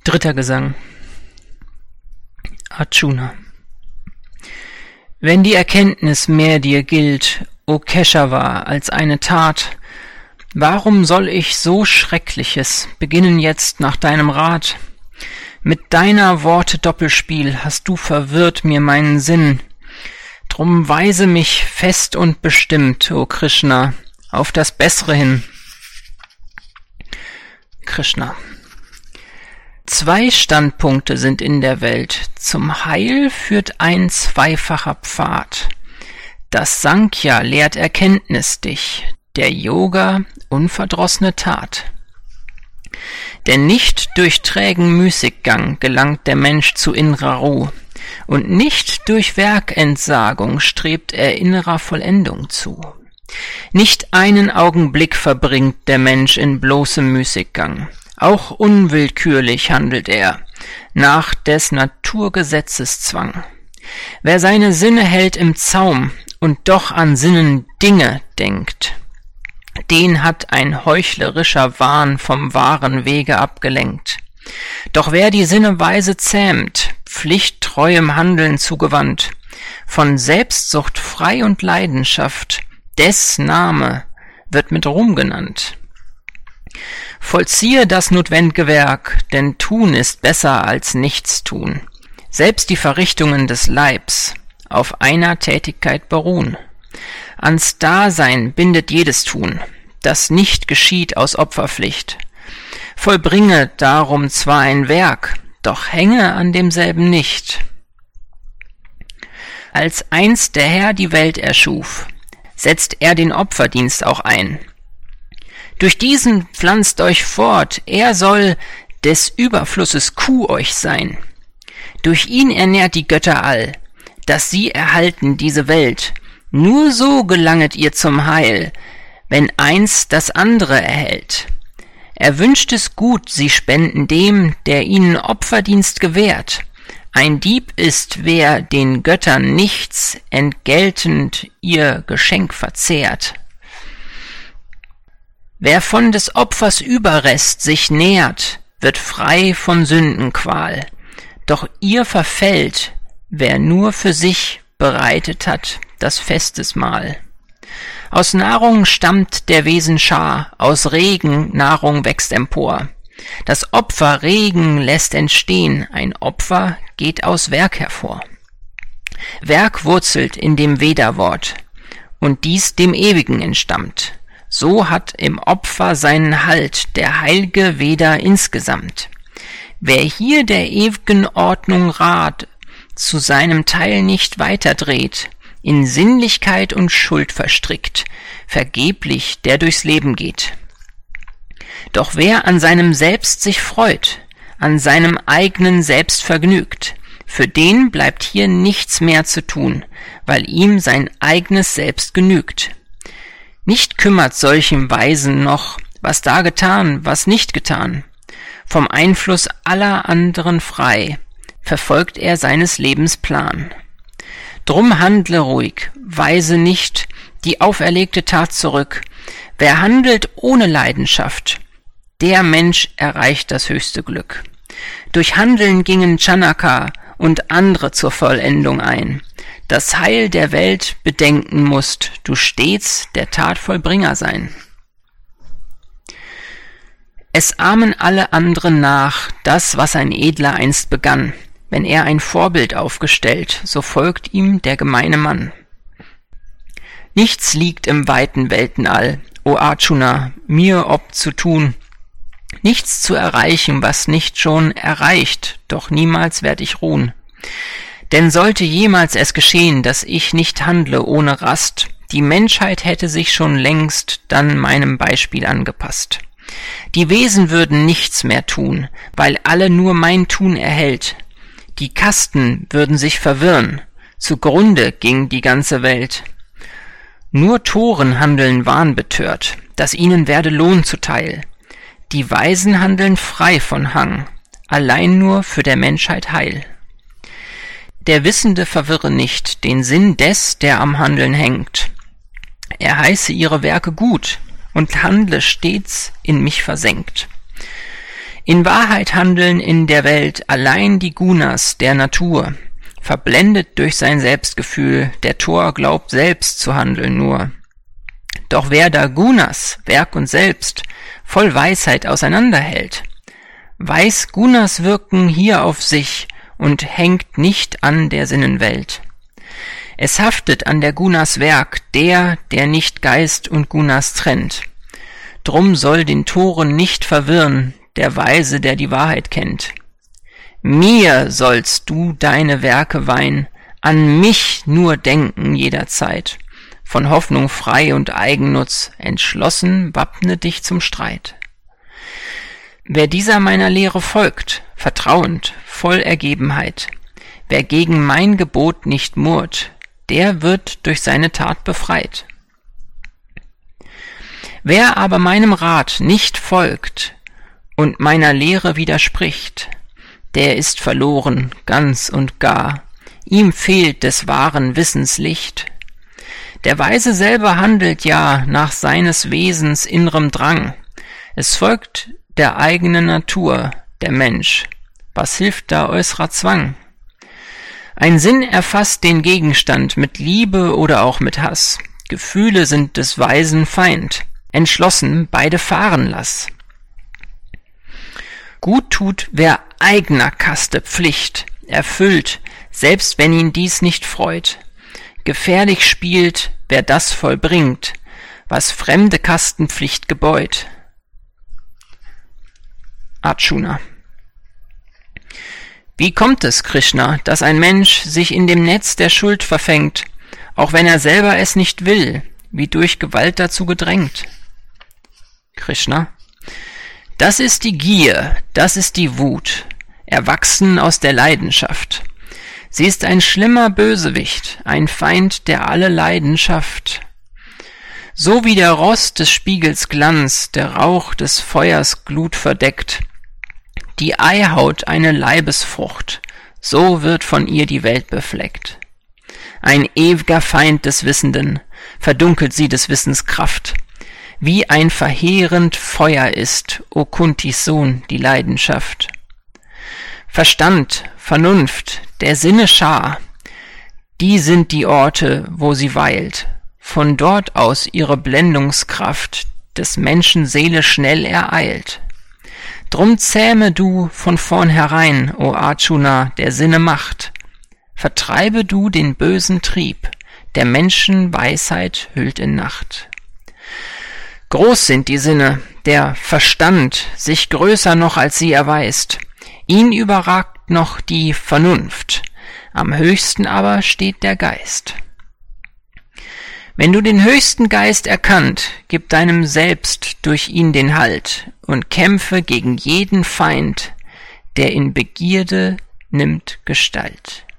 Dritter Gesang. Arjuna. Wenn die Erkenntnis mehr dir gilt, o Keshava, als eine Tat, warum soll ich so Schreckliches beginnen jetzt nach deinem Rat? Mit deiner Worte Doppelspiel hast du verwirrt mir meinen Sinn. Drum weise mich fest und bestimmt, o Krishna, auf das Bessere hin. Krishna. 2 Standpunkte sind in der Welt. Zum Heil führt ein zweifacher Pfad. Das Sankhya lehrt Erkenntnis dich, der Yoga unverdrossene Tat. Denn nicht durch trägen Müßiggang gelangt der Mensch zu innerer Ruh, und nicht durch Werkentsagung strebt er innerer Vollendung zu. Nicht einen Augenblick verbringt der Mensch in bloßem Müßiggang, auch unwillkürlich handelt er, nach des Naturgesetzes Zwang. Wer seine Sinne hält im Zaum und doch an Sinnen Dinge denkt, den hat ein heuchlerischer Wahn vom wahren Wege abgelenkt. Doch wer die Sinne weise zähmt, pflichttreuem Handeln zugewandt, von Selbstsucht frei und Leidenschaft, des Name wird mit Ruhm genannt. Vollziehe das notwend'ge Werk, denn Tun ist besser als Nichtstun. Selbst die Verrichtungen des Leibs auf einer Tätigkeit beruhen. Ans Dasein bindet jedes Tun, das nicht geschieht aus Opferpflicht. Vollbringe darum zwar ein Werk, doch hänge an demselben nicht. Als einst der Herr die Welt erschuf, setzt er den Opferdienst auch ein. Durch diesen pflanzt euch fort, er soll des Überflusses Kuh euch sein. Durch ihn ernährt die Götter all, dass sie erhalten diese Welt. Nur so gelanget ihr zum Heil, wenn eins das andere erhält. Er wünscht es gut, sie spenden dem, der ihnen Opferdienst gewährt. Ein Dieb ist, wer den Göttern nichts entgeltend ihr Geschenk verzehrt. Wer von des Opfers Überrest sich nährt, wird frei von Sündenqual. Doch ihr verfällt, wer nur für sich bereitet hat das Festesmahl. Aus Nahrung stammt der Wesen Schar, aus Regen Nahrung wächst empor. Das Opfer Regen lässt entstehen, ein Opfer geht aus Werk hervor. Werk wurzelt in dem Veda-Wort, und dies dem Ewigen entstammt. So hat im Opfer seinen Halt der heil'ge Veda insgesamt. Wer hier der ewigen Ordnung Rat zu seinem Teil nicht weiterdreht, in Sinnlichkeit und Schuld verstrickt, vergeblich der durchs Leben geht. Doch wer an seinem Selbst sich freut, an seinem eigenen Selbst vergnügt, für den bleibt hier nichts mehr zu tun, weil ihm sein eigenes Selbst genügt. Nicht kümmert solchem Weisen noch, was da getan, was nicht getan. Vom Einfluss aller anderen frei, verfolgt er seines Lebens Plan. Drum handle ruhig, weise nicht die auferlegte Tat zurück. Wer handelt ohne Leidenschaft, der Mensch erreicht das höchste Glück. Durch Handeln gingen Chanaka und andere zur Vollendung ein. Das Heil der Welt bedenken musst, du stets der Tat Vollbringer sein. Es ahmen alle anderen nach, das, was ein Edler einst begann. Wenn er ein Vorbild aufgestellt, so folgt ihm der gemeine Mann. Nichts liegt im weiten Weltenall, o Arjuna, mir ob zu tun. Nichts zu erreichen, was nicht schon erreicht, doch niemals werd ich ruhen. Denn sollte jemals es geschehen, dass ich nicht handle ohne Rast, die Menschheit hätte sich schon längst dann meinem Beispiel angepasst. Die Wesen würden nichts mehr tun, weil alle nur mein Tun erhält. Die Kasten würden sich verwirren, zugrunde ging die ganze Welt. Nur Toren handeln wahnbetört, dass ihnen werde Lohn zuteil. Die Weisen handeln frei von Hang, allein nur für der Menschheit Heil. Der Wissende verwirre nicht den Sinn des, der am Handeln hängt. Er heiße ihre Werke gut und handle stets in mich versenkt. In Wahrheit handeln in der Welt allein die Gunas der Natur. Verblendet durch sein Selbstgefühl, der Tor glaubt selbst zu handeln nur. Doch wer da Gunas, Werk und Selbst, voll Weisheit auseinanderhält, weiß Gunas wirken hier auf sich und hängt nicht an der Sinnenwelt. Es haftet an der Gunas Werk, der nicht Geist und Gunas trennt. Drum soll den Toren nicht verwirren, der Weise, der die Wahrheit kennt. Mir sollst du deine Werke weihen, an mich nur denken jederzeit. Von Hoffnung frei und Eigennutz, entschlossen wappne dich zum Streit. Wer dieser meiner Lehre folgt, vertrauend, voll Ergebenheit, wer gegen mein Gebot nicht murrt, der wird durch seine Tat befreit. Wer aber meinem Rat nicht folgt und meiner Lehre widerspricht, der ist verloren, ganz und gar, ihm fehlt des wahren Wissens Licht. Der Weise selber handelt ja nach seines Wesens innerem Drang. Es folgt der eigenen Natur, der Mensch. Was hilft da äußerer Zwang? Ein Sinn erfasst den Gegenstand mit Liebe oder auch mit Hass. Gefühle sind des Weisen Feind. Entschlossen beide fahren lass. Gut tut, wer eigener Kaste Pflicht erfüllt, selbst wenn ihn dies nicht freut. Gefährlich spielt, wer das vollbringt, was fremde Kastenpflicht gebeut. Arjuna. Wie kommt es, Krishna, dass ein Mensch sich in dem Netz der Schuld verfängt, auch wenn er selber es nicht will, wie durch Gewalt dazu gedrängt? Krishna. Das ist die Gier, das ist die Wut, erwachsen aus der Leidenschaft. Sie ist ein schlimmer Bösewicht, ein Feind, der alle Leidenschaft. So wie der Rost des Spiegels Glanz, der Rauch des Feuers Glut verdeckt, die Eihaut eine Leibesfrucht, so wird von ihr die Welt befleckt. Ein ewiger Feind des Wissenden, verdunkelt sie des Wissens Kraft, wie ein verheerend Feuer ist, o Kuntis Sohn, die Leidenschaft. Verstand, Vernunft, der Sinne Schar, die sind die Orte, wo sie weilt, von dort aus ihre Blendungskraft des Menschen Seele schnell ereilt. Drum zähme du von vornherein, o Arjuna, der Sinne Macht, vertreibe du den bösen Trieb, der Menschen Weisheit hüllt in Nacht. Groß sind die Sinne, der Verstand sich größer noch als sie erweist, ihn überragt noch die Vernunft, am höchsten aber steht der Geist. Wenn du den höchsten Geist erkannt, gib deinem Selbst durch ihn den Halt und kämpfe gegen jeden Feind, der in Begierde nimmt Gestalt.